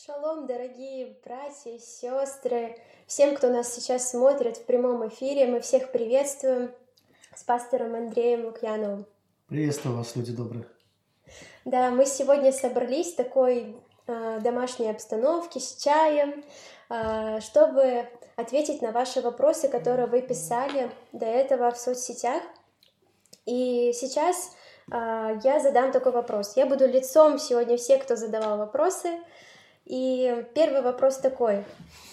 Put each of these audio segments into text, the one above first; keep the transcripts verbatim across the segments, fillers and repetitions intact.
Шалом, дорогие братья и сестры, всем, кто нас сейчас смотрит в прямом эфире, мы всех приветствуем с пастором Андреем Лукьяновым. Приветствую вас, люди добрые. Да, мы сегодня собрались в такой э, домашней обстановке с чаем, э, чтобы ответить на ваши вопросы, которые вы писали до этого в соцсетях. И сейчас э, я задам такой вопрос. Я буду лицом сегодня всех, кто задавал вопросы. И первый вопрос такой.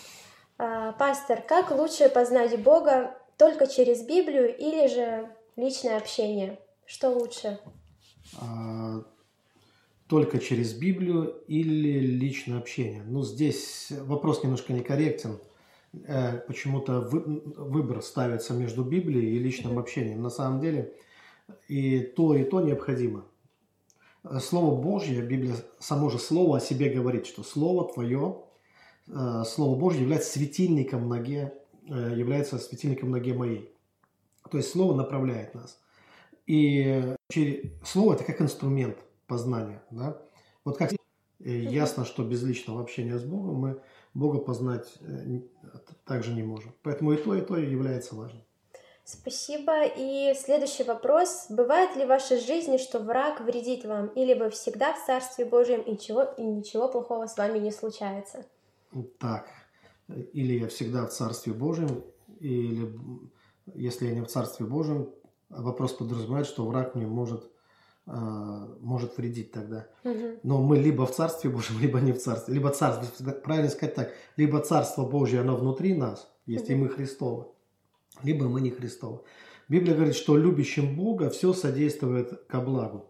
Пастор, как лучше познать Бога, только через Библию или же личное общение? Что лучше? А, только через Библию или личное общение? Ну, здесь вопрос немножко некорректен. Почему-то выбор ставится между Библией и личным mm-hmm. общением. На самом деле и то, и то необходимо. Слово Божье, Библия, само же Слово о себе говорит, что Слово Твое, Слово Божье является светильником ноге, является светильником ноге моей. То есть Слово направляет нас. И Слово – это как инструмент познания. Да? Вот как ясно, что без личного общения с Богом мы Бога познать также не можем. Поэтому и то, и то является важным. Спасибо. И следующий вопрос. Бывает ли в вашей жизни, что враг вредит вам, или вы всегда в Царстве Божьем, и ничего, и ничего плохого с вами не случается? Так. Или я всегда в Царстве Божьем, или если я не в Царстве Божьем, вопрос подразумевает, что враг мне может, э, может вредить тогда. Угу. Но мы либо в Царстве Божьем, либо не в Царстве. Либо Царство, правильно сказать так, либо Царство Божье, оно внутри нас, есть угу. и мы Христовы. Либо мы не Христовы. Библия говорит, что любящим Бога все содействует ко благу.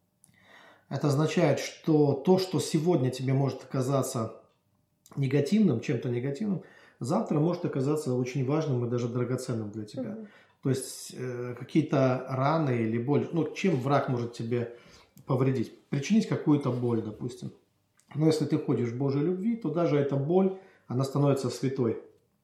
Это означает, что то, что сегодня тебе может оказаться негативным, чем-то негативным, завтра может оказаться очень важным и даже драгоценным для тебя. Mm-hmm. То есть э, какие-то раны или боль, ну чем враг может тебе повредить? Причинить какую-то боль, допустим. Но если ты ходишь в Божьей любви, то даже эта боль, она становится святой.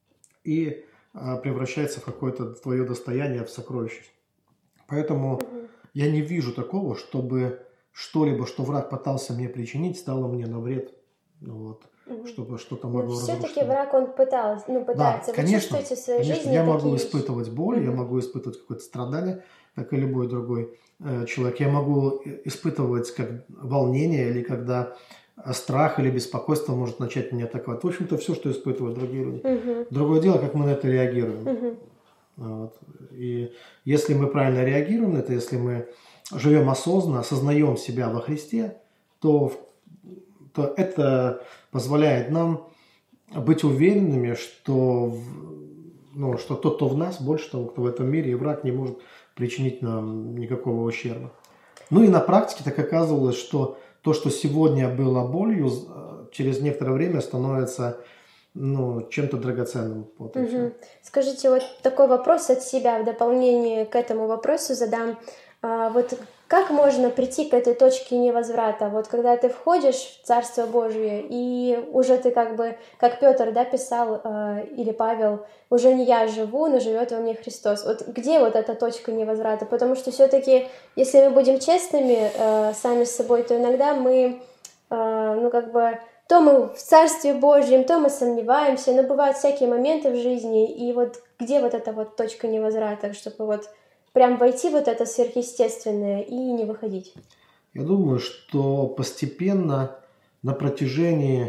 И превращается в какое-то твое достояние, в сокровище. Поэтому угу. я не вижу такого, чтобы что-либо, что враг пытался мне причинить, стало мне на вред. Вот, угу. Чтобы что-то могло разрушить. Все-таки враг, он пытался, ну, пытается. Да, конечно, Вы чувствуете в своей конечно, жизни я могу вещи? испытывать боль, угу. я могу испытывать какое-то страдание, как и любой другой э, человек. Я могу испытывать как волнение, или когда страх или беспокойство может начать меня атаковать. В общем-то, все, что испытывают другие люди. Uh-huh. Другое дело, как мы на это реагируем. Uh-huh. Вот. И если мы правильно реагируем на это, если мы живем осознанно, осознаем себя во Христе, то, то это позволяет нам быть уверенными, что, ну, что тот, кто в нас, больше того, кто в этом мире, и враг не может причинить нам никакого ущерба. Ну и на практике так оказывалось, что то, что сегодня было болью, через некоторое время становится ну, чем-то драгоценным. Вот угу. Скажите, вот такой вопрос от себя в дополнение к этому вопросу задам. А, вот как можно прийти к этой точке невозврата? Вот когда ты входишь в Царство Божие, и уже ты как бы, как Петр, да, писал, э, или Павел, уже не я живу, но живет во мне Христос. Вот где вот эта точка невозврата? Потому что все-таки, если мы будем честными э, сами с собой, то иногда мы, э, ну как бы, то мы в Царстве Божьем, то мы сомневаемся, но бывают всякие моменты в жизни, и вот где вот эта вот точка невозврата, чтобы вот прям войти в вот это сверхъестественное и не выходить? Я думаю, что постепенно на протяжении,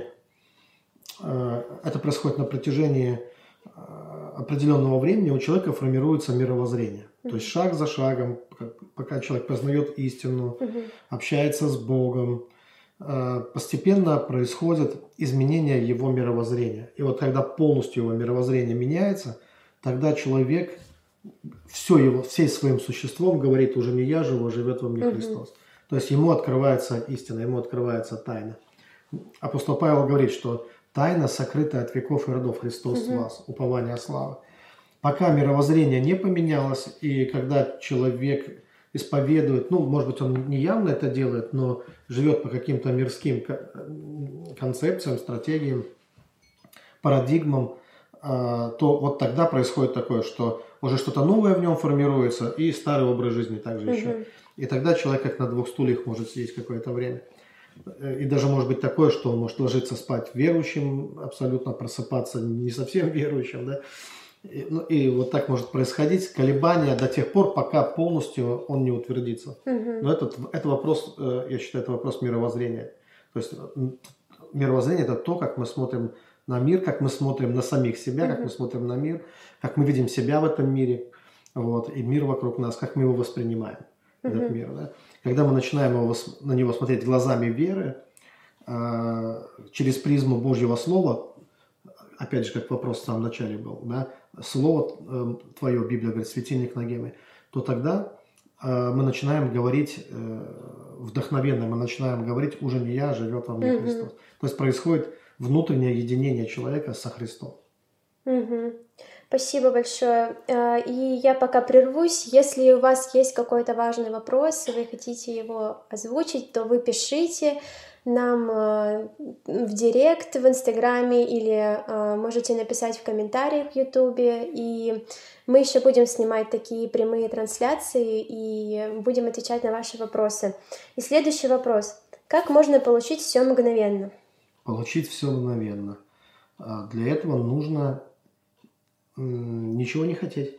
э, это происходит на протяжении э, определенного времени у человека формируется мировоззрение. Mm-hmm. То есть шаг за шагом, пока человек познает истину, mm-hmm. общается с Богом, э, постепенно происходит изменение его мировоззрения. И вот когда полностью его мировоззрение меняется, тогда человек все его, всей своим существом говорит, уже не я живу, а живет во мне Христос. Uh-huh. То есть ему открывается истина, ему открывается тайна. Апостол Павел говорит, что тайна, сокрытая от веков и родов, Христос uh-huh. в вас, упование славы. Пока мировоззрение не поменялось, и когда человек исповедует, ну, может быть, он не явно это делает, но живет по каким-то мирским концепциям, стратегиям, парадигмам, то вот тогда происходит такое, что уже что-то новое в нем формируется, и старый образ жизни также еще. Uh-huh. И тогда человек как на двух стульях может сидеть какое-то время. И даже может быть такое, что он может ложиться спать верующим, абсолютно просыпаться не совсем верующим, да. И, ну, и вот так может происходить колебания до тех пор, пока полностью он не утвердится. Мгм. Но этот, это вопрос, э, я считаю, это вопрос мировоззрения. То есть м, мировоззрение – это то, как мы смотрим на мир, как мы смотрим на самих себя, как Мгм. мы смотрим на мир, как мы видим себя в этом мире, вот, и мир вокруг нас, как мы его воспринимаем, этот Мгм. мир. Да? Когда мы начинаем его, вос- на него смотреть глазами веры, э, через призму Божьего Слова, опять же, как вопрос в самом начале был, да, слово э, твое, Библия говорит, светильник ноге моей, то тогда э, мы начинаем говорить э, вдохновенно, мы начинаем говорить, уже не я, а живет во мне Мгм. Христос. То есть происходит внутреннее единение человека со Христом. Мгм. Спасибо большое. Э, И я пока прервусь. Если у вас есть какой-то важный вопрос, и вы хотите его озвучить, то вы пишите нам э, в директ в Инстаграме или э, можете написать в комментариях в Ютубе. И мы еще будем снимать такие прямые трансляции и будем отвечать на ваши вопросы. И следующий вопрос. Как можно получить все мгновенно? Получить все мгновенно. А для этого нужно м, ничего не хотеть.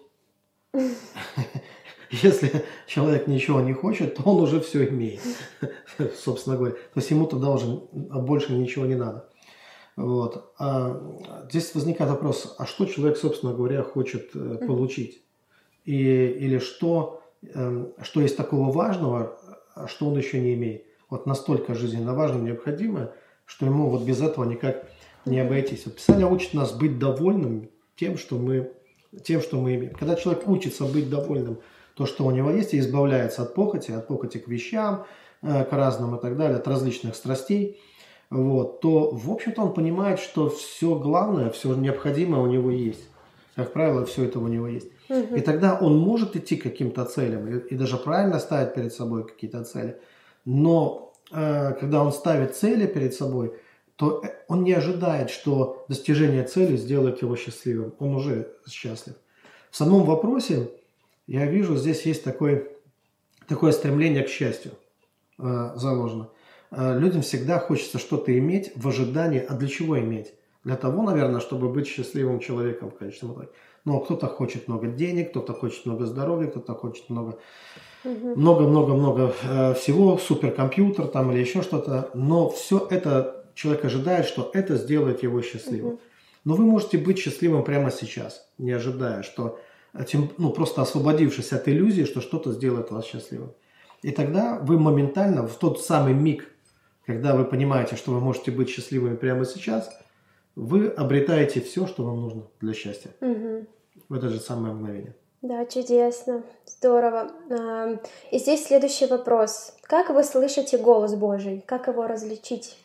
Если человек ничего не хочет, то он уже все имеет, собственно говоря. То есть ему тогда уже больше ничего не надо. Вот. А здесь возникает вопрос, а что человек, собственно говоря, хочет э, Мгм. получить? И, или что, эм, что есть такого важного, а что он еще не имеет? Вот настолько жизненно важно, необходимо, что ему вот без этого никак не Мгм. обойтись. Вот Писание учит нас быть довольным тем, что мы, тем, что мы имеем. Когда человек учится быть довольным то, что у него есть, и избавляется от похоти, от похоти к вещам, э, к разным и так далее, от различных страстей, вот, то, в общем-то, он понимает, что все главное, все необходимое у него есть. Как правило, все это у него есть. И Мгм. тогда он может идти к каким-то целям и, и даже правильно ставить перед собой какие-то цели. Но э, когда он ставит цели перед собой, то э, он не ожидает, что достижение цели сделает его счастливым. Он уже счастлив. В самом вопросе я вижу, здесь есть такой, такое стремление к счастью э, заложено. Э, людям всегда хочется что-то иметь в ожидании. А для чего иметь? Для того, наверное, чтобы быть счастливым человеком в конечном итоге. Но кто-то хочет много денег, кто-то хочет много здоровья, кто-то хочет много, Мгм. много-много-много э, всего, суперкомпьютер там или еще что-то. Но все это человек ожидает, что это сделает его счастливым. Мгм. Но вы можете быть счастливым прямо сейчас, не ожидая, что, э, тем, ну, просто освободившись от иллюзии, что что-то сделает вас счастливым. И тогда вы моментально, в тот самый миг, когда вы понимаете, что вы можете быть счастливыми прямо сейчас, вы обретаете все, что вам нужно для счастья. Мгм. В это же самое мгновение. Да, чудесно, здорово. Ам, И здесь следующий вопрос. Как вы слышите голос Божий? Как его различить?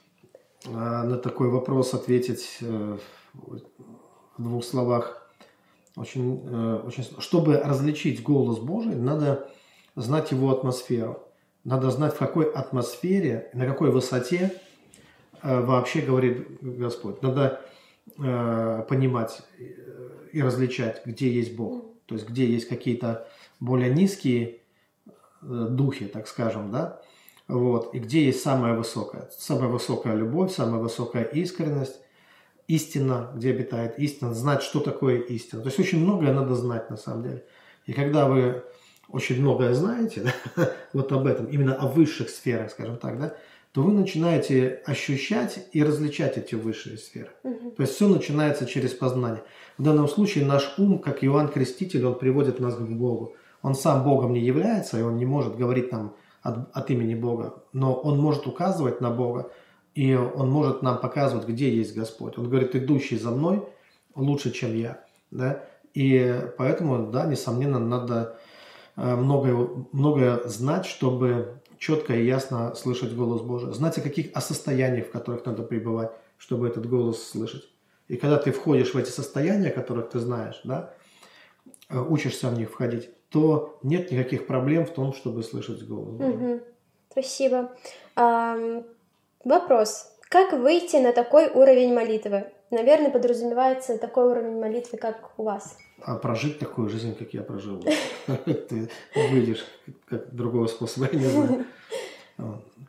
А на такой вопрос ответить э, в двух словах очень, э, очень... сл- Чтобы различить голос Божий, надо знать его атмосферу. Надо знать, в какой атмосфере, на какой высоте э, вообще говорит Господь. Надо э, понимать э, и различать, где есть Бог. То есть, где есть какие-то более низкие э, духи, так скажем, да, вот, и где есть самая высокая, самая высокая любовь, самая высокая искренность, истина, где обитает истина, знать, что такое истина. То есть очень многое надо знать на самом деле. И когда вы очень многое знаете, да, вот об этом, именно о высших сферах, скажем так, да, то вы начинаете ощущать и различать эти высшие сферы. Мгм. То есть все начинается через познание. В данном случае наш ум, как Иоанн Креститель, он приводит нас к Богу. Он сам Богом не является, и он не может говорить нам от, от имени Бога, но он может указывать на Бога, и он может нам показывать, где есть Господь. Он говорит, идущий за мной лучше, чем я. Да? И поэтому, да, несомненно, надо э, многое, многое знать, чтобы четко и ясно слышать голос Божий. Знать о каких о состояниях, в которых надо пребывать, чтобы этот голос слышать. И когда ты входишь в эти состояния, которых ты знаешь, да, э, учишься в них входить, то нет никаких проблем в том, чтобы слышать голос Божий. Мгм. Спасибо. Ам, Вопрос. Как выйти на такой уровень молитвы? Наверное, подразумевается такой уровень молитвы, как у вас. А прожить такую жизнь, как я прожил, ты выйдешь, как другого способа, я не знаю. Вот.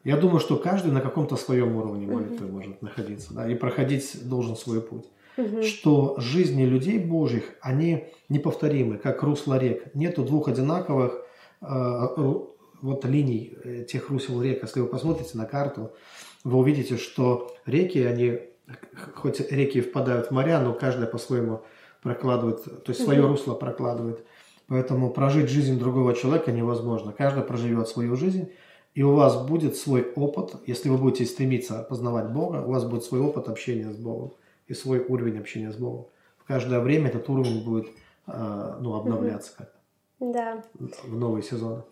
Я думаю, что каждый на каком-то своем уровне молитвы угу. может находиться, да, и проходить должен свой путь. Угу. Что жизни людей Божьих, они неповторимы, как русло рек. Нету двух одинаковых э, вот линий тех русел рек. Если вы посмотрите на карту, вы увидите, что реки, они, хоть реки впадают в моря, но каждая по-своему прокладывает, то есть свое угу. русло прокладывает. Поэтому прожить жизнь другого человека невозможно. Каждый проживет свою жизнь. И у вас будет свой опыт, если вы будете стремиться познавать Бога, у вас будет свой опыт общения с Богом и свой уровень общения с Богом. В каждое время этот уровень будет ну, обновляться как-то да. в новые сезоны.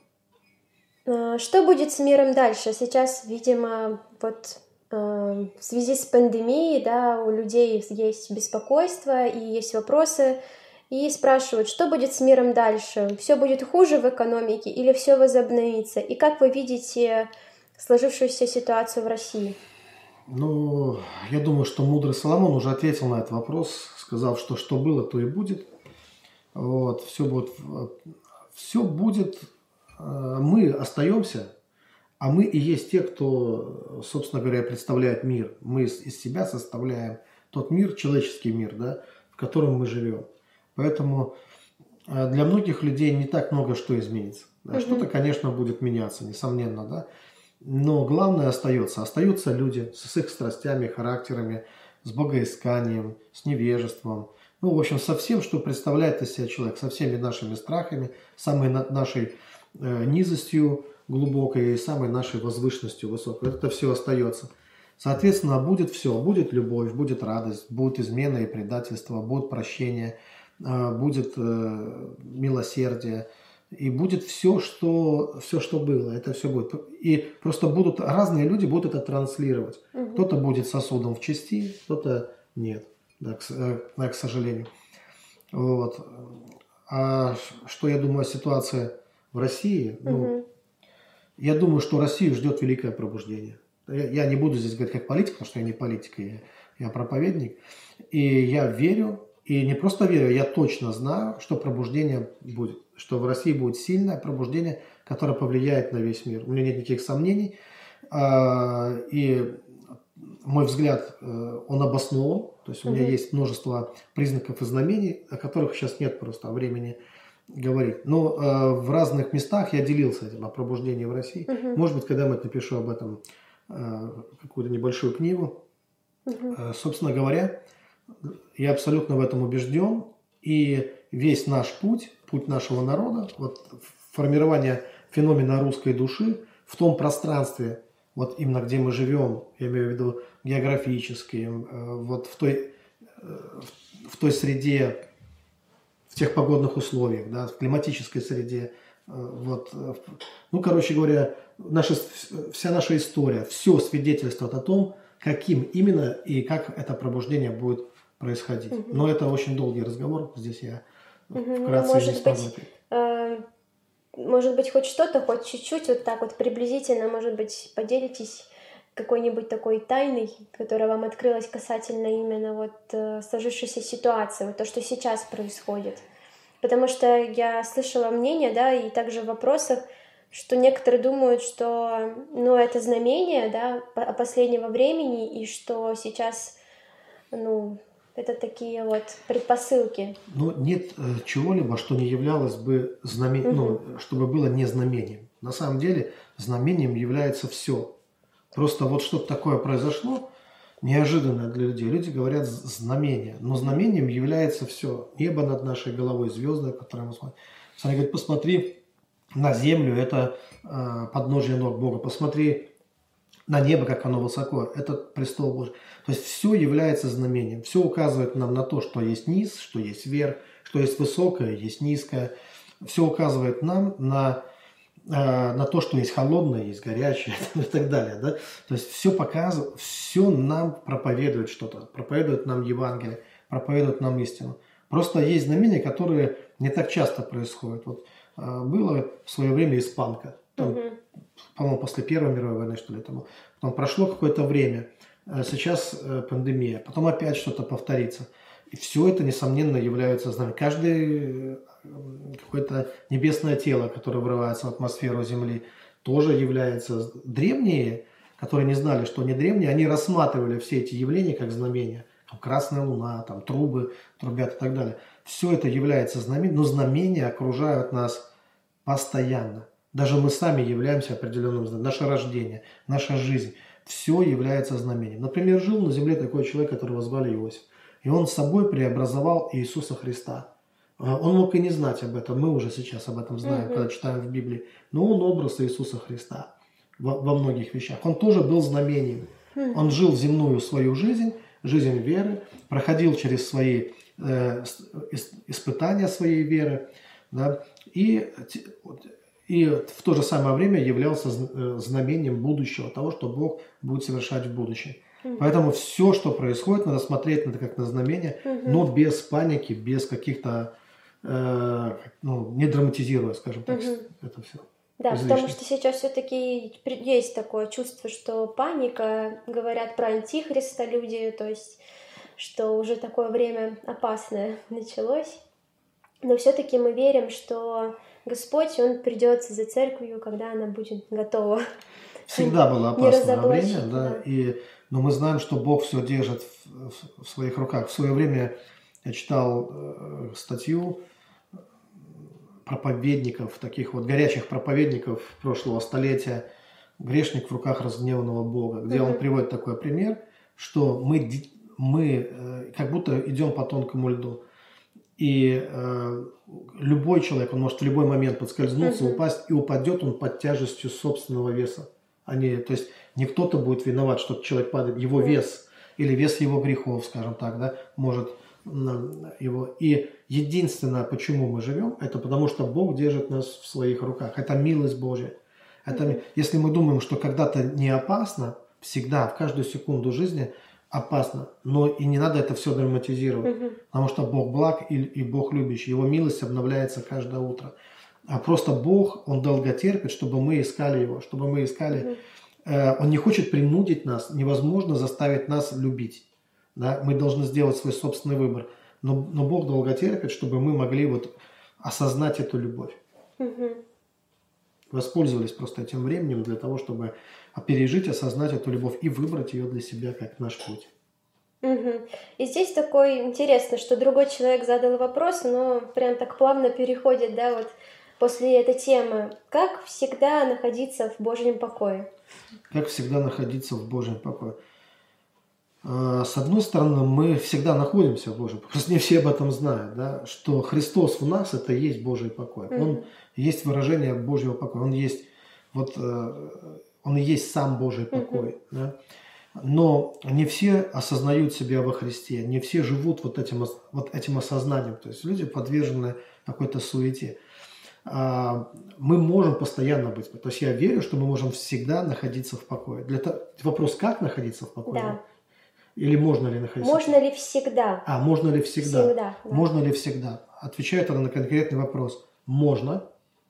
Что будет с миром дальше? Сейчас, видимо, вот в связи с пандемией, да, у людей есть беспокойство и есть вопросы, и спрашивают, что будет с миром дальше? Все будет хуже в экономике или все возобновится? И как вы видите сложившуюся ситуацию в России? Ну, я думаю, что мудрый Соломон уже ответил на этот вопрос, сказав, что что было, то и будет. Вот, все будет, все будет, мы остаемся, а мы и есть те, кто, собственно говоря, представляет мир. Мы из себя составляем тот мир, человеческий мир, да, в котором мы живем. Поэтому для многих людей не так много что изменится. Да. Угу. Что-то, конечно, будет меняться, несомненно, да. Но главное остается. Остаются люди с их страстями, характерами, с богоисканием, с невежеством. Ну, в общем, со всем, что представляет из себя человек, со всеми нашими страхами, самой нашей э, низостью глубокой и самой нашей возвышенностью высокой. Это все остается. Соответственно, будет все. Будет любовь, будет радость, будут измены и предательство, будет прощение, будет милосердие, и будет все, что, все, что было. Это все будет. И просто будут разные люди будут это транслировать. Угу. Кто-то будет сосудом в части, кто-то нет, да, к, к сожалению. Вот. А что я думаю о ситуации в России? Угу. Ну, я думаю, что Россию ждет великое пробуждение. Я, я не буду здесь говорить как политик, потому что я не политик, я, я проповедник. И я верю, и не просто верю, я точно знаю, что пробуждение будет. Что в России будет сильное пробуждение, которое повлияет на весь мир. У меня нет никаких сомнений. И мой взгляд, он обоснован. То есть у меня есть множество признаков и знамений, о которых сейчас нет просто времени говорить. Но в разных местах я делился этим о пробуждении в России. Uh-huh. Может быть, когда-нибудь напишу об этом какую-то небольшую книгу. Uh-huh. Собственно говоря, я абсолютно в этом убежден. И весь наш путь, путь нашего народа, вот формирование феномена русской души в том пространстве, вот именно где мы живем, я имею в виду географически, вот в той, в той среде, в тех погодных условиях, да, в климатической среде, вот, ну, короче говоря, наша, вся наша история, все свидетельствует о том, каким именно и как это пробуждение будет происходить. Угу. Но это очень долгий разговор. Здесь я угу. вкратце может не быть, э, может быть, хоть что-то, хоть чуть-чуть, вот так вот приблизительно, может быть, поделитесь какой-нибудь такой тайной, которая вам открылась касательно именно вот э, сложившейся ситуации, вот то, что сейчас происходит. Потому что я слышала мнение, да, и также в вопросах, что некоторые думают, что, ну, это знамение, да, последнего времени, и что сейчас, ну, это такие вот предпосылки. Ну, нет э, чего-либо, что не являлось бы знамением, угу. ну, чтобы было не знамением. На самом деле знамением является все. Просто вот что-то такое произошло, неожиданное для людей. Люди говорят знамение. Но знамением является все. Небо над нашей головой, звезды, которые мы смотрим. Они говорят, посмотри на землю, это э, подножие ног Бога. Посмотри на небо, как оно высоко, это престол Божий. То есть все является знамением. Все указывает нам на то, что есть низ, что есть верх, что есть высокое, есть низкое. Все указывает нам на, э, на то, что есть холодное, есть горячее и так далее. Да? То есть все показывает, все нам проповедует что-то, проповедует нам Евангелие, проповедует нам истину. Просто есть знамения, которые не так часто происходят. Вот, э, было в свое время испанка. Там, угу. по-моему, после Первой мировой войны, что ли, тому. Потом прошло какое-то время, сейчас э, пандемия, потом опять что-то повторится. И все это, несомненно, является знамением. Каждое э, какое-то небесное тело, которое врывается в атмосферу Земли, тоже является. Древние, которые не знали, что они древние, они рассматривали все эти явления как знамения. Там красная луна, там трубы трубят и так далее. Все это является знамением, но знамения окружают нас постоянно. Даже мы сами являемся определенным знамением. Наше рождение, наша жизнь, все является знамением. Например, жил на земле такой человек, которого звали Иосиф. И он с собой преобразовал Иисуса Христа. Он мог и не знать об этом, мы уже сейчас об этом знаем, mm-hmm. когда читаем в Библии. Но он образ Иисуса Христа во, во многих вещах. Он тоже был знамением. Mm-hmm. Он жил земную свою жизнь, жизнь веры, проходил через свои э, испытания своей веры, да, и, и в то же самое время являлся знамением будущего, того, что Бог будет совершать в будущем. Mm-hmm. Поэтому все, что происходит, надо смотреть на это как на знамение, mm-hmm. но без паники, без каких-то ну, не драматизируя, скажем так, угу. это все. Да, излишне. Потому что сейчас все-таки есть такое чувство, что паника, говорят про антихриста люди, то есть, что уже такое время опасное началось. Но все-таки мы верим, что Господь, Он придет за церковью, когда она будет готова. Всегда было опасное время, да, да. И, но мы знаем, что Бог все держит в, в, в своих руках. В свое время я читал э, статью проповедников, таких вот горячих проповедников прошлого столетия, «Грешник в руках разгневанного Бога», где mm-hmm. он приводит такой пример, что мы, мы э, как будто идем по тонкому льду. И э, любой человек, он может в любой момент подскользнуться, mm-hmm. упасть, и упадет он под тяжестью собственного веса. Они, то есть не кто-то будет виноват, что человек падает, его mm-hmm. вес или вес его грехов, скажем так, да, может его. И единственное, почему мы живем, это потому что Бог держит нас в своих руках. Это милость Божья. Это, mm-hmm. если мы думаем, что когда-то не опасно, всегда, в каждую секунду жизни опасно, но и не надо это все драматизировать, mm-hmm. потому что Бог благ и, и Бог любящий. Его милость обновляется каждое утро. А просто Бог, Он долго терпит, чтобы мы искали Его, чтобы мы искали. Mm-hmm. Э, Он не хочет принудить нас, невозможно заставить нас любить. Да? Мы должны сделать свой собственный выбор. Но, но Бог долго терпит, чтобы мы могли вот осознать эту любовь. Угу. Воспользовались просто этим временем для того, чтобы пережить, осознать эту любовь и выбрать ее для себя как наш путь. Угу. И здесь такой интересно, что другой человек задал вопрос, но прям так плавно переходит, да, вот после этой темы. Как всегда находиться в Божьем покое? Как всегда находиться в Божьем покое? С одной стороны, мы всегда находимся в Божьем покое. Просто не все об этом знают, да? Что Христос в нас – это и есть Божий покой. Mm-hmm. Он есть выражение Божьего покоя. Он есть, вот, он и есть сам Божий покой. Mm-hmm. Да? Но не все осознают себя во Христе, не все живут вот этим, вот этим осознанием. То есть люди подвержены какой-то суете. Мы можем постоянно быть. То есть я верю, что мы можем всегда находиться в покое. Для того, вопрос, как находиться в покое? Да. Или можно ли находиться? Можно ли всегда? А, можно ли всегда? Всегда. Да. Можно ли всегда? Отвечаю тогда на конкретный вопрос. Можно.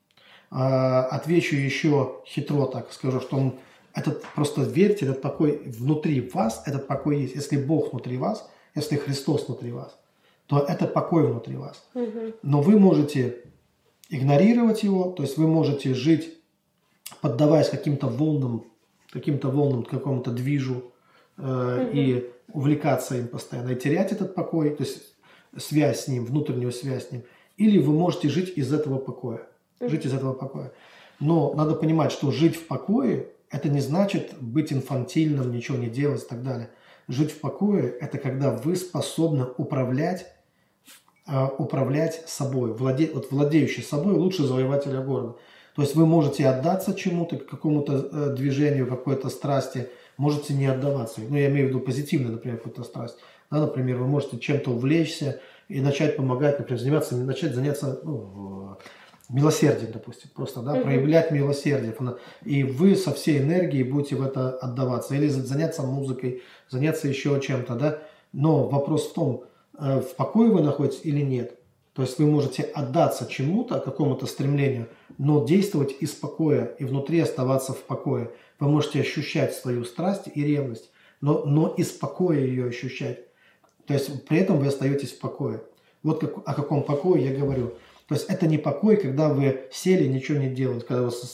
А, отвечу еще хитро так, скажу, что он, этот, просто верьте, этот покой внутри вас, этот покой есть. Если Бог внутри вас, если Христос внутри вас, то это покой внутри вас. Угу. Но вы можете игнорировать его, то есть вы можете жить, поддаваясь каким-то волнам, каким-то волнам, какому-то движу, э, угу. и увлекаться им постоянно, и терять этот покой, то есть связь с ним, внутреннюю связь с ним. Или вы можете жить из этого покоя. Угу. Жить из этого покоя. Но надо понимать, что жить в покое, это не значит быть инфантильным, ничего не делать и так далее. Жить в покое – это когда вы способны управлять, э, управлять собой. Владе, вот владеющий собой лучше завоевателя города. То есть вы можете отдаться чему-то, какому-то э, движению, какой-то страсти, можете не отдаваться. Ну, я имею в виду позитивную, например, какую-то страсть. Да, например, вы можете чем-то увлечься и начать помогать, например, заниматься, начать заняться ну, милосердием, допустим, просто, да, mm-hmm. проявлять милосердие. И вы со всей энергией будете в это отдаваться. Или заняться музыкой, заняться еще чем-то, да. Но вопрос в том, в покое вы находитесь или нет. То есть вы можете отдаться чему-то, какому-то стремлению, но действовать из покоя и внутри оставаться в покое. Вы можете ощущать свою страсть и ревность, но, но из покоя ее ощущать. То есть при этом вы остаетесь в покое. Вот как, о каком покое я говорю. То есть это не покой, когда вы сели, ничего не делаете, когда вы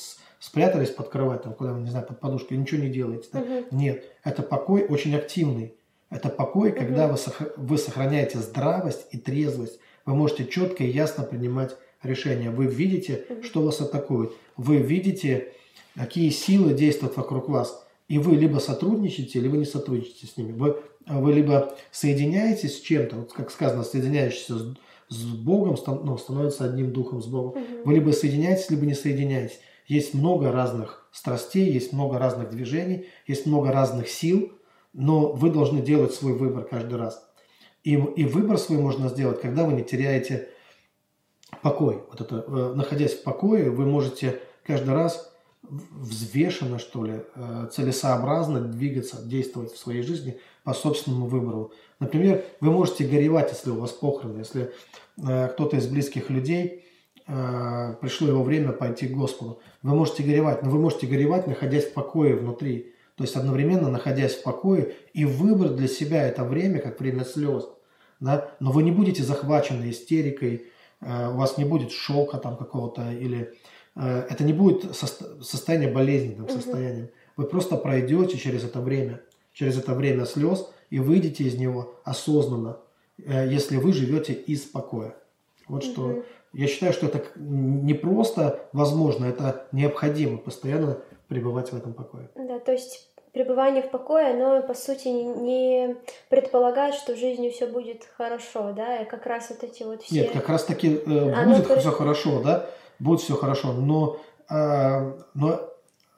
спрятались под кровать, там, куда, не знаю, под подушкой, ничего не делаете. Да? Мгм. Нет, это покой очень активный. Это покой, когда вы, сох- вы сохраняете здравость и трезвость. Вы можете четко и ясно принимать решения. Вы видите, что вас атакует. Вы видите, какие силы действуют вокруг вас. И вы либо сотрудничаете, либо не сотрудничаете с ними. Вы, вы либо соединяетесь с чем-то, вот как сказано, соединяющийся с, с Богом, стан- ну, становится одним духом с Богом. Мгм. Вы либо соединяетесь, либо не соединяетесь. Есть много разных страстей, есть много разных движений, есть много разных сил, но вы должны делать свой выбор каждый раз. И, и выбор свой можно сделать, когда вы не теряете покой. Вот это, э, находясь в покое, вы можете каждый раз в- взвешенно, что ли, э, целесообразно двигаться, действовать в своей жизни по собственному выбору. Например, вы можете горевать, если у вас похороны, если э, кто-то из близких людей, э, пришло его время пойти к Господу. Вы можете горевать, но вы можете горевать, находясь в покое внутри. То есть одновременно находясь в покое и выбрать для себя это время, как время слез. Да? Но вы не будете захвачены истерикой, э, у вас не будет шока там какого-то, или э, это не будет состо- состояние болезненным Мгм. состоянием. Вы просто пройдете через это время, через это время слез и выйдете из него осознанно, э, если вы живете из покоя. Вот что Мгм. я считаю, что это к- не просто возможно, это необходимо постоянно пребывать в этом покое. Да, то есть пребывание в покое, оно по сути не не предполагает, что в жизни все будет хорошо, да, и как раз вот эти вот все. Нет, как раз таки э, Оно будет при- все хорошо, да, будет все хорошо, но, а, но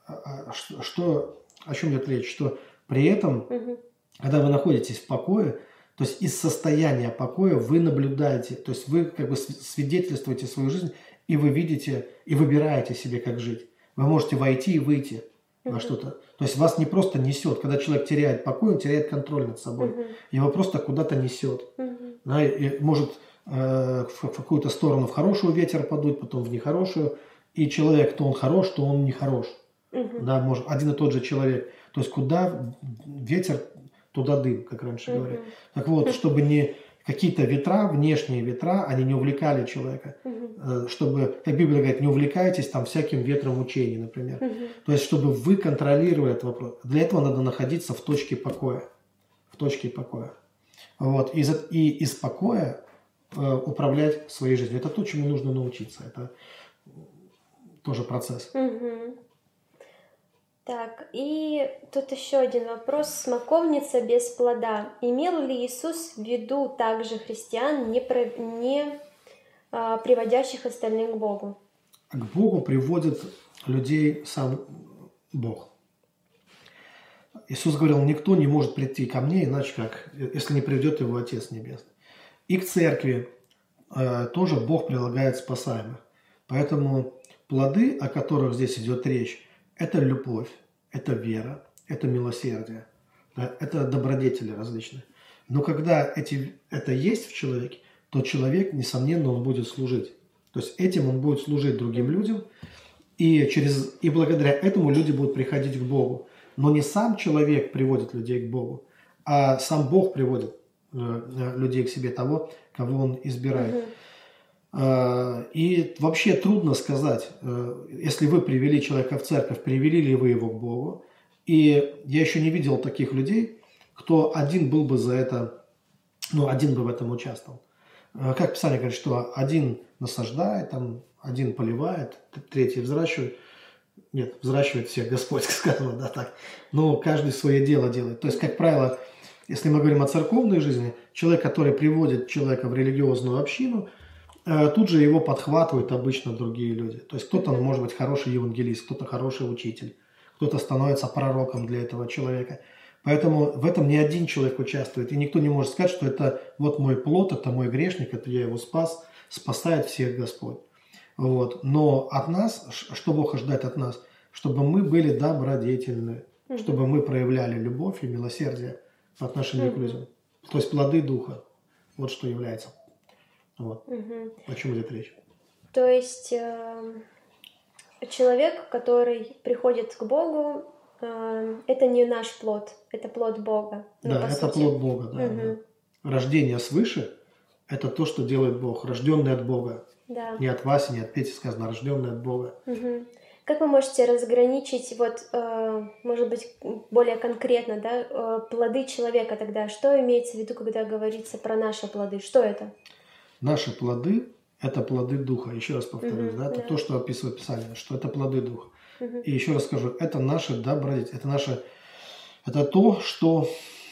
а, что, что- о чем идет речь, что при этом, Мгм. когда вы находитесь в покое, то есть из состояния покоя вы наблюдаете, то есть вы как бы св- свидетельствуете свою жизнь, и вы видите, и выбираете себе, как жить. Вы можете войти и выйти во Мгм. что-то. То есть вас не просто несет. Когда человек теряет покой, он теряет контроль над собой. Мгм. Его просто куда-то несет. Мгм. Да, и может э, в, в какую-то сторону в хорошую ветер подуть, потом в нехорошую. И человек, то он хорош, то он нехорош. Мгм. Да, может, один и тот же человек. То есть куда ветер, туда дым, как раньше Мгм. говорили. Так вот, чтобы не какие-то ветра, внешние ветра, они не увлекали человека. Мгм. Э, Чтобы, как Библия говорит, не увлекайтесь там всяким ветром учений, например. Мгм. То есть, чтобы вы контролировали этот вопрос. Для этого надо находиться в точке покоя. В точке покоя. Вот. И, за- и из покоя э, управлять своей жизнью. Это то, чему нужно научиться. Это тоже процесс. Мгм. Так, и тут еще один вопрос. Смоковница без плода. Имел ли Иисус в виду также христиан, не, про- не а, приводящих остальных к Богу? К Богу приводит людей сам Бог. Иисус говорил, никто не может прийти ко мне, иначе как, если не приведет его Отец Небесный. И к церкви э, тоже Бог прилагает спасаемых. Поэтому плоды, о которых здесь идет речь, это любовь, это вера, это милосердие, да, это добродетели различные. Но когда эти, это есть в человеке, то человек, несомненно, он будет служить. То есть этим он будет служить другим людям, и, через, и благодаря этому люди будут приходить к Богу. Но не сам человек приводит людей к Богу, а сам Бог приводит э, э, людей к себе, того, кого он избирает. Мгм. Э, И вообще трудно сказать, э, если вы привели человека в церковь, привели ли вы его к Богу. И я еще не видел таких людей, кто один был бы за это, ну, один бы в этом участвовал. Э, Как Писание говорит, что один насаждает, там, один поливает, т- третий взращивает. Нет, взращивает всех Господь, сказано, да, так. Но каждый свое дело делает. То есть, как правило, если мы говорим о церковной жизни, человек, который приводит человека в религиозную общину, э, тут же его подхватывают обычно другие люди. То есть, кто-то может быть хороший евангелист, кто-то хороший учитель, кто-то становится пророком для этого человека. Поэтому в этом не один человек участвует. И никто не может сказать, что это вот мой плод, это мой грешник, это я его спас, спасает всех Господь. Вот. Но от нас, ш- что Бог ожидает от нас? Чтобы мы были добродетельны, Мгм. чтобы мы проявляли любовь и милосердие по отношению к Мгм. людям. То есть плоды Духа. Вот что является. Вот. Мгм. О чем идет речь. То есть эм, человек, который приходит к Богу, эм, это не наш плод, это плод Бога. Ну, Да, по это сути. плод Бога. Да, Мгм. да. Рождение свыше – это то, что делает Бог. Рожденный от Бога. Да. Не от Васи, не от Пети сказано, а рожденный от Бога. Мгм. Как вы можете разграничить, вот, э, может быть, более конкретно, да, э, плоды человека тогда? Что имеется в виду, когда говорится про наши плоды? Что это? Наши плоды – это плоды Духа. Еще раз повторюсь, Мгм, да, это да. то, что описывает Писание, что это плоды Духа. Мгм, И еще раз скажу, это наши добродетели, это наше, это то, что,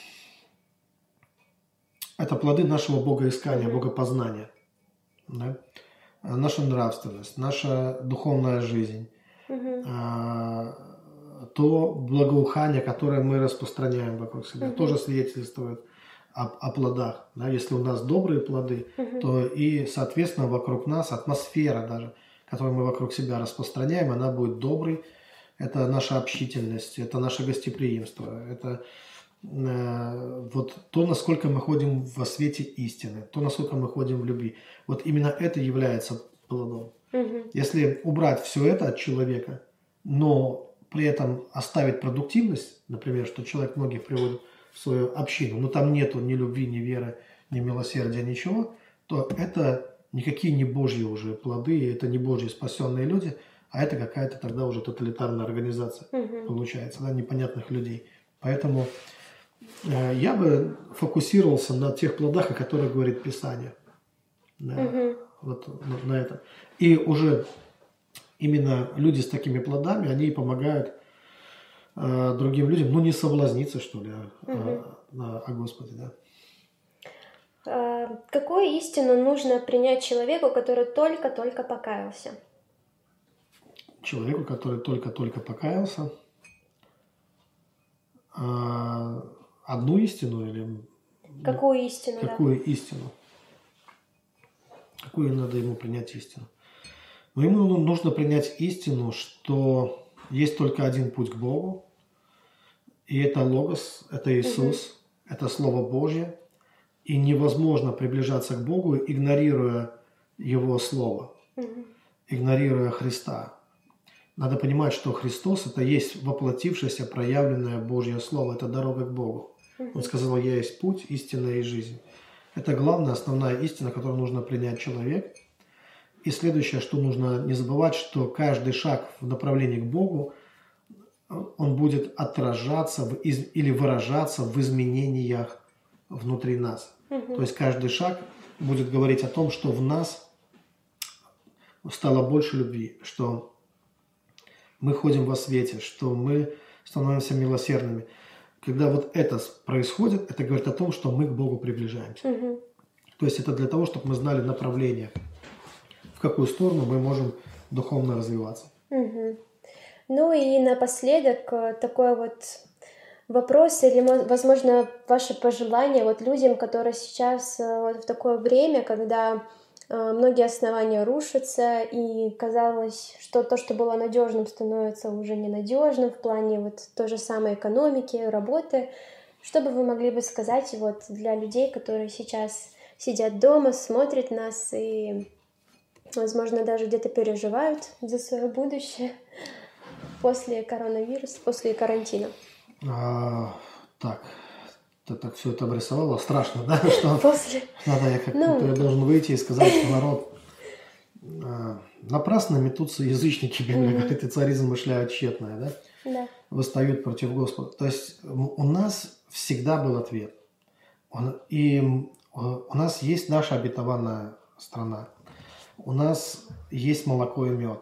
это плоды нашего богоискания, мгм, богопознания, да? А наша нравственность, наша духовная жизнь, мгм, а, то благоухание, которое мы распространяем вокруг себя, мгм, тоже свидетельствует о, о плодах. Да? Если у нас добрые плоды, мгм, то и, соответственно, вокруг нас атмосфера даже, которую мы вокруг себя распространяем, она будет доброй. Это наша общительность, это наше гостеприимство, это э, вот то, насколько мы ходим во свете истины, то, насколько мы ходим в любви. Вот именно это является плодом. мгм, Если убрать все это от человека, но при этом оставить продуктивность, например, что человек многих приводит в свою общину, но там нету ни любви, ни веры, ни милосердия, ничего, то это никакие не Божьи уже плоды, это не Божьи спасенные люди, а это какая-то тогда уже тоталитарная организация мгм, получается, да, непонятных людей. Поэтому э, я бы фокусировался на тех плодах, о которых говорит Писание. Да, мгм, вот на, на этом. И уже именно люди с такими плодами, они помогают э, другим людям, ну, не соблазниться, что ли, мгм. о, о, о Господе, да. А, Какую истину нужно принять человеку, который только-только покаялся? Человеку, который только-только покаялся, э, одну истину или Какую истину, да? какую истину? Какую надо ему принять истину? Но ему нужно принять истину, что есть только один путь к Богу, и это Логос, это Мгм, Иисус, это Слово Божье, и невозможно приближаться к Богу, игнорируя Его Слово, мгм, игнорируя Христа. Надо понимать, что Христос – это есть воплотившееся, проявленное Божье Слово, это дорога к Богу. Он мгм, сказал: «Я есть путь, истина и жизнь». Это главная, основная истина, которую нужно принять человек. И следующее, что нужно не забывать, что каждый шаг в направлении к Богу, он будет отражаться в, из, или выражаться в изменениях внутри нас. То мгм, есть каждый шаг будет говорить о том, что в нас стало больше любви, что мы ходим во свете, что мы становимся милосердными. Когда вот это происходит, это говорит о том, что мы к Богу приближаемся. мгм. То есть это для того, чтобы мы знали направление, в какую сторону мы можем духовно развиваться. Мгм. Ну и напоследок э, такой вот вопрос или, мо- возможно, ваше пожелание вот людям, которые сейчас э, вот в такое время, когда э, многие основания рушатся, и казалось, что то, что было надежным, становится уже ненадежным в плане вот той же самой экономики, работы. Что бы вы могли бы сказать вот для людей, которые сейчас сидят дома, смотрят нас и, возможно, даже где-то переживают за свое будущее после коронавируса, после карантина? А, так, ты так все это обрисовала. Страшно, да? Что После. надо я как-то Ну, я должен выйти и сказать, что народ а, напрасно метутся язычники, Библия мгм, говорит, и цари замышляют тщетное, да? да. Восстают против Господа. То есть м, у нас всегда был ответ. Он- И м, у нас есть наша обетованная страна. У нас есть молоко и мед.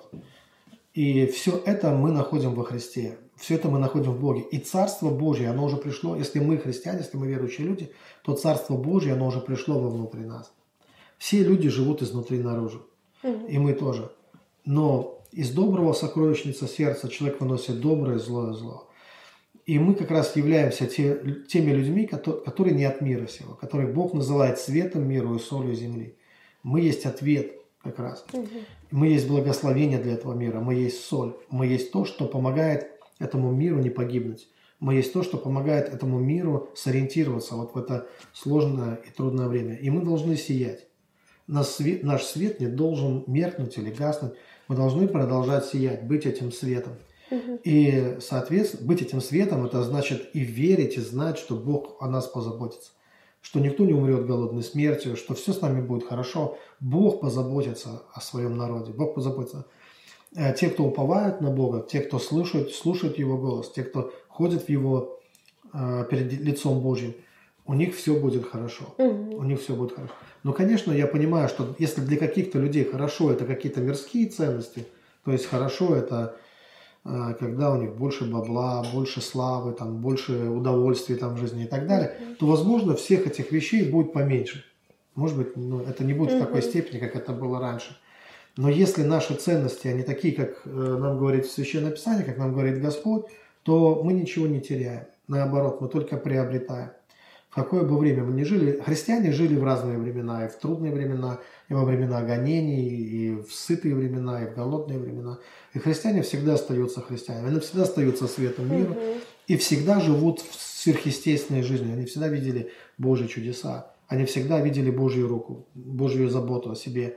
И все это мы находим во Христе. Все это мы находим в Боге. И Царство Божье, оно уже пришло. Если мы христиане, если мы верующие люди, то Царство Божье, оно уже пришло вовнутрь нас. Все люди живут изнутри наружу. Мгм, И мы тоже. Но из доброго сокровищница сердца человек выносит доброе, злое зло. И мы как раз являемся те, теми людьми, которые, которые не от мира сего, которых Бог называет светом миру и солью земли. Мы есть ответ как раз. мгм, Мы есть благословение для этого мира, мы есть соль, мы есть то, что помогает этому миру не погибнуть. Мы есть то, что помогает этому миру сориентироваться вот в это сложное и трудное время. И мы должны сиять. Наш свет, наш свет не должен меркнуть или гаснуть. Мы должны продолжать сиять, быть этим светом. мгм, И, соответственно, быть этим светом, это значит и верить, и знать, что Бог о нас позаботится. Что никто не умрет голодной смертью, что все с нами будет хорошо. Бог позаботится о своем народе. Бог позаботится. те, кто уповают на Бога, те, кто слушают, слушают Его голос, те, кто ходит в Его перед лицом Божьим, у них все будет хорошо. Mm-hmm. У них все будет хорошо. Но, конечно, я понимаю, что если для каких-то людей хорошо это какие-то мирские ценности, то есть хорошо это когда у них больше бабла, больше славы, там, больше удовольствия там, в жизни и так далее, mm-hmm. то, возможно, всех этих вещей будет поменьше. Может быть, ну, это не будет mm-hmm. в такой степени, как это было раньше. Но если наши ценности, они такие, как э, нам говорит Священное Писание, как нам говорит Господь, то мы ничего не теряем. Наоборот, мы только приобретаем. В какое бы время мы ни жили, христиане жили в разные времена, и в трудные времена, и во времена гонений, и в сытые времена, и в голодные времена. И христиане всегда остаются христианами, они всегда остаются светом мира, mm-hmm. и всегда живут в сверхъестественной жизнью. Они всегда видели Божьи чудеса, они всегда видели Божью руку, Божью заботу о себе.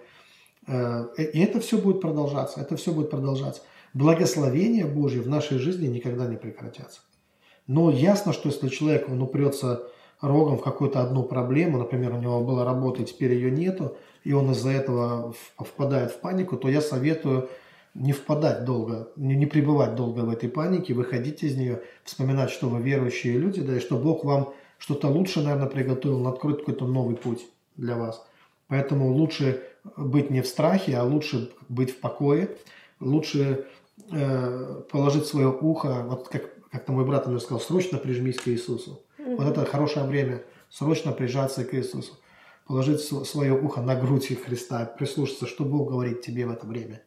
И это все будет продолжаться, это все будет продолжаться. Благословения Божьи в нашей жизни никогда не прекратятся. Но ясно, что если человек, он упрется рогом в какую-то одну проблему, например, у него была работа, и теперь ее нету, и он из-за этого впадает в панику, то я советую не впадать долго, не, не пребывать долго в этой панике, выходить из нее, вспоминать, что вы верующие люди, да, и что Бог вам что-то лучше, наверное, приготовил, Он откроет какой-то новый путь для вас. Поэтому лучше быть не в страхе, а лучше быть в покое, лучше э, положить свое ухо, вот как, как-то мой брат мне сказал, срочно прижмись к Иисусу. Mm-hmm. Вот это хорошее время, срочно прижаться к Иисусу, положить свое ухо на грудь Христа, прислушаться, что Бог говорит тебе в это время.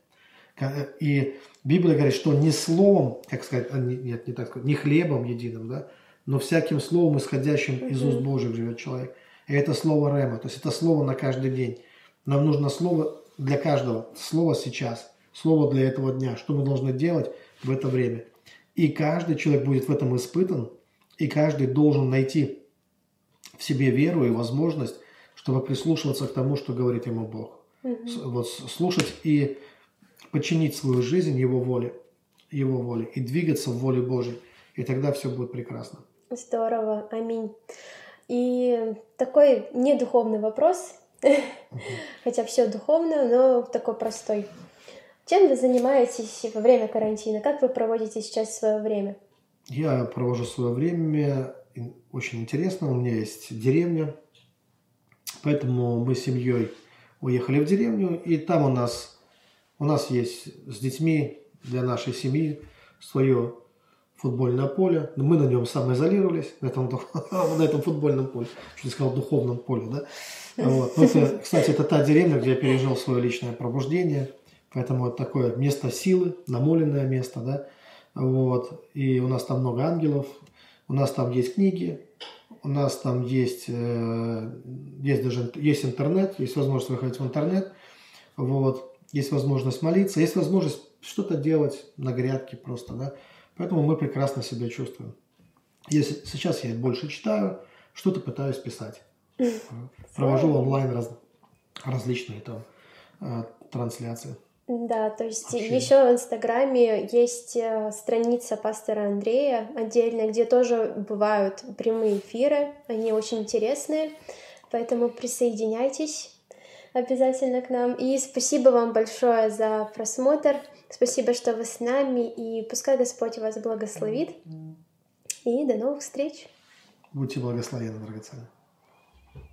И Библия говорит, что не словом, как сказать, нет, не так сказать, не хлебом единым, да, но всяким словом, исходящим mm-hmm. из уст Божьих, живет человек. И это слово рема, то есть это слово на каждый день. Нам нужно слово для каждого, слово сейчас, слово для этого дня, что мы должны делать в это время. И каждый человек будет в этом испытан, и каждый должен найти в себе веру и возможность, чтобы прислушиваться к тому, что говорит ему Бог. Mm-hmm. Вот слушать и подчинить свою жизнь Его воле, Его воле, и двигаться в воле Божьей. И тогда все будет прекрасно. Здорово, аминь. И такой недуховный вопрос, uh-huh. хотя все духовно, но такой простой. Чем вы занимаетесь во время карантина? Как вы проводите сейчас свое время? Я провожу свое время очень интересно. У меня есть деревня, поэтому мы с семьей уехали в деревню, и там у нас, у нас есть с детьми для нашей семьи свое футбольное поле. Мы на нем самоизолировались, на этом, на этом футбольном поле, что я сказал, духовном поле, да? Вот. Ну, это, кстати, это та деревня, где я пережил свое личное пробуждение, поэтому это такое место силы, намоленное место, да? Вот. И у нас там много ангелов, у нас там есть книги, у нас там есть, э, есть даже есть интернет, есть возможность выходить в интернет, вот. Есть возможность молиться, есть возможность что-то делать на грядке просто, да? Поэтому мы прекрасно себя чувствуем. Если, сейчас я больше читаю, что-то пытаюсь писать. Провожу онлайн раз, различные там э, трансляции. Да, то есть общение. Еще в Инстаграме есть страница пастора Андрея отдельная, где тоже бывают прямые эфиры, они очень интересные, поэтому присоединяйтесь обязательно к нам. И спасибо вам большое за просмотр, спасибо, что вы с нами, и пускай Господь вас благословит. И до новых встреч. Будьте благословенны, драгоценные.